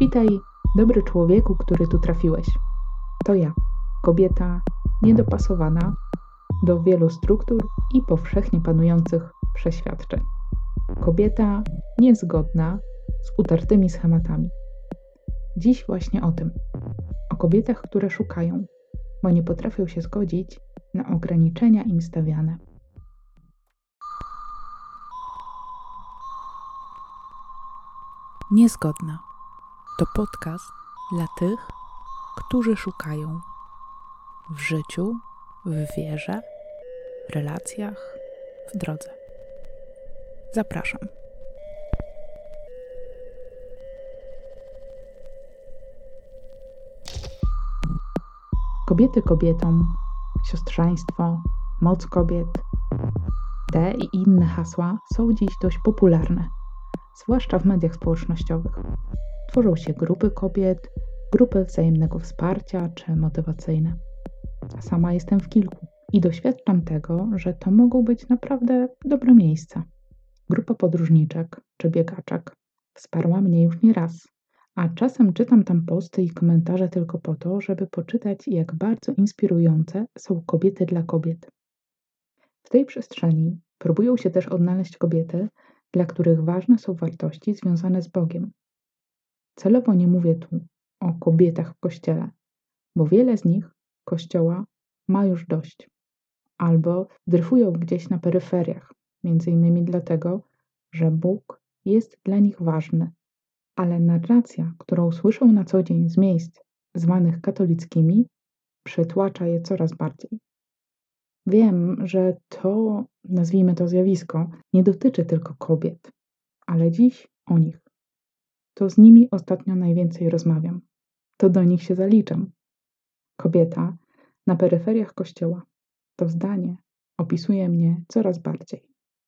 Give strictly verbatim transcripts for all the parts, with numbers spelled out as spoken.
Witaj, dobry człowieku, który tu trafiłeś. To ja, kobieta niedopasowana do wielu struktur i powszechnie panujących przeświadczeń. Kobieta niezgodna z utartymi schematami. Dziś właśnie o tym. O kobietach, które szukają, bo nie potrafią się zgodzić na ograniczenia im stawiane. Niezgodna to podcast dla tych, którzy szukają w życiu, w wierze, w relacjach, w drodze. Zapraszam. Kobiety kobietom, siostrzeństwo, moc kobiet. Te i inne hasła są dziś dość popularne, zwłaszcza w mediach społecznościowych. Tworzą się grupy kobiet, grupy wzajemnego wsparcia czy motywacyjne. Sama jestem w kilku i doświadczam tego, że to mogą być naprawdę dobre miejsca. Grupa podróżniczek czy biegaczek wsparła mnie już nie raz, a czasem czytam tam posty i komentarze tylko po to, żeby poczytać, jak bardzo inspirujące są kobiety dla kobiet. W tej przestrzeni próbują się też odnaleźć kobiety, dla których ważne są wartości związane z Bogiem. Celowo nie mówię tu o kobietach w Kościele, bo wiele z nich Kościoła ma już dość, albo dryfują gdzieś na peryferiach, między innymi dlatego, że Bóg jest dla nich ważny, ale narracja, którą słyszą na co dzień z miejsc zwanych katolickimi, przytłacza je coraz bardziej. Wiem, że to, nazwijmy to zjawisko, nie dotyczy tylko kobiet, ale dziś o nich. To z nimi ostatnio najwięcej rozmawiam. To do nich się zaliczam. Kobieta na peryferiach Kościoła. To zdanie opisuje mnie coraz bardziej.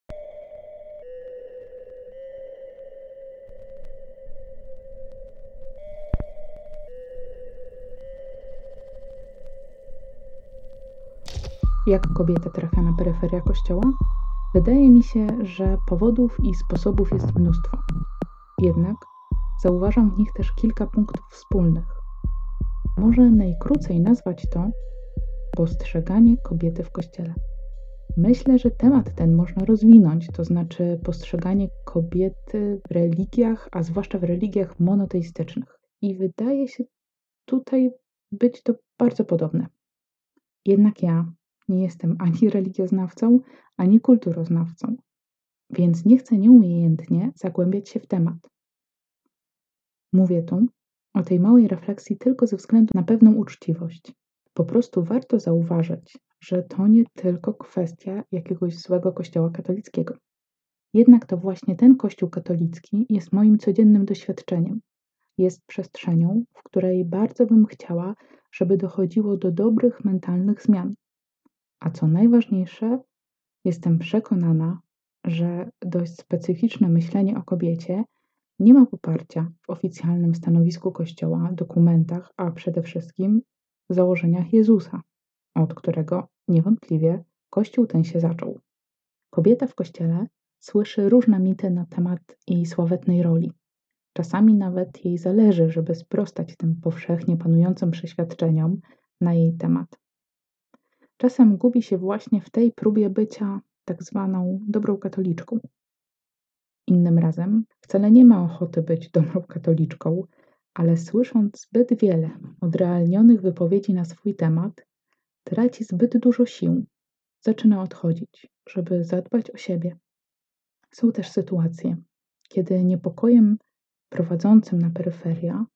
Jak kobieta trafia na peryferię Kościoła? Wydaje mi się, że powodów i sposobów jest mnóstwo. Jednak zauważam w nich też kilka punktów wspólnych. Może najkrócej nazwać to postrzeganie kobiety w Kościele. Myślę, że temat ten można rozwinąć, to znaczy postrzeganie kobiety w religiach, a zwłaszcza w religiach monoteistycznych. I wydaje się tutaj być to bardzo podobne. Jednak ja nie jestem ani religioznawcą, ani kulturoznawcą, więc nie chcę nieumiejętnie zagłębiać się w temat. Mówię tu o tej małej refleksji tylko ze względu na pewną uczciwość. Po prostu warto zauważyć, że to nie tylko kwestia jakiegoś złego kościoła katolickiego. Jednak to właśnie ten kościół katolicki jest moim codziennym doświadczeniem. Jest przestrzenią, w której bardzo bym chciała, żeby dochodziło do dobrych mentalnych zmian. A co najważniejsze, jestem przekonana, że dość specyficzne myślenie o kobiecie nie ma poparcia w oficjalnym stanowisku Kościoła, dokumentach, a przede wszystkim w założeniach Jezusa, od którego niewątpliwie Kościół ten się zaczął. Kobieta w Kościele słyszy różne mity na temat jej sławetnej roli. Czasami nawet jej zależy, żeby sprostać tym powszechnie panującym przeświadczeniom na jej temat. Czasem gubi się właśnie w tej próbie bycia tak zwaną dobrą katoliczką. Innym razem wcale nie ma ochoty być dobrą katoliczką, ale słysząc zbyt wiele odrealnionych wypowiedzi na swój temat, traci zbyt dużo sił, zaczyna odchodzić, żeby zadbać o siebie. Są też sytuacje, kiedy niepokojem prowadzącym na peryferia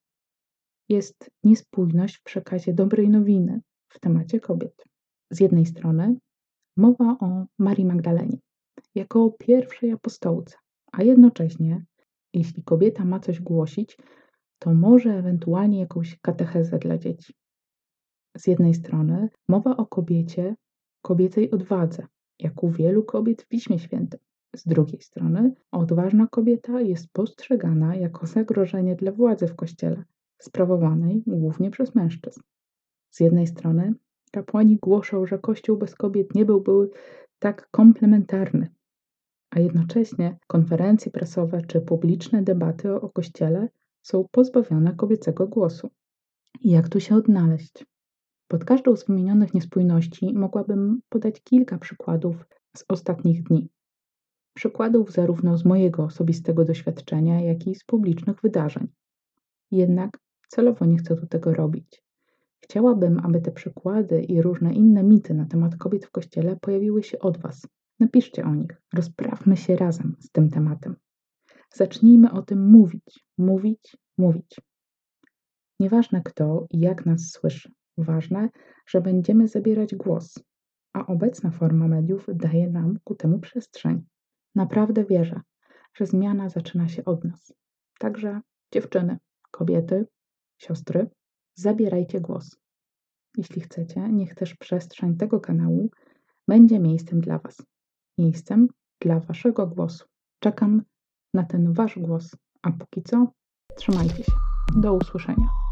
jest niespójność w przekazie dobrej nowiny w temacie kobiet. Z jednej strony mowa o Marii Magdalenie jako pierwszej apostołce, a jednocześnie, jeśli kobieta ma coś głosić, to może ewentualnie jakąś katechezę dla dzieci. Z jednej strony mowa o kobiecie, kobiecej odwadze, jak u wielu kobiet w Piśmie Świętym. Z drugiej strony odważna kobieta jest postrzegana jako zagrożenie dla władzy w Kościele, sprawowanej głównie przez mężczyzn. Z jednej strony kapłani głoszą, że Kościół bez kobiet nie byłby tak komplementarny, a jednocześnie konferencje prasowe czy publiczne debaty o Kościele są pozbawione kobiecego głosu. Jak tu się odnaleźć? Pod każdą z wymienionych niespójności mogłabym podać kilka przykładów z ostatnich dni. Przykładów zarówno z mojego osobistego doświadczenia, jak i z publicznych wydarzeń. Jednak celowo nie chcę tu tego robić. Chciałabym, aby te przykłady i różne inne mity na temat kobiet w Kościele pojawiły się od Was. Napiszcie o nich, rozprawmy się razem z tym tematem. Zacznijmy o tym mówić, mówić, mówić. Nieważne kto i jak nas słyszy. Ważne, że będziemy zabierać głos, a obecna forma mediów daje nam ku temu przestrzeń. Naprawdę wierzę, że zmiana zaczyna się od nas. Także dziewczyny, kobiety, siostry, zabierajcie głos. Jeśli chcecie, niech też przestrzeń tego kanału będzie miejscem dla Was. Miejscem dla Waszego głosu. Czekam na ten Wasz głos, a póki co trzymajcie się. Do usłyszenia.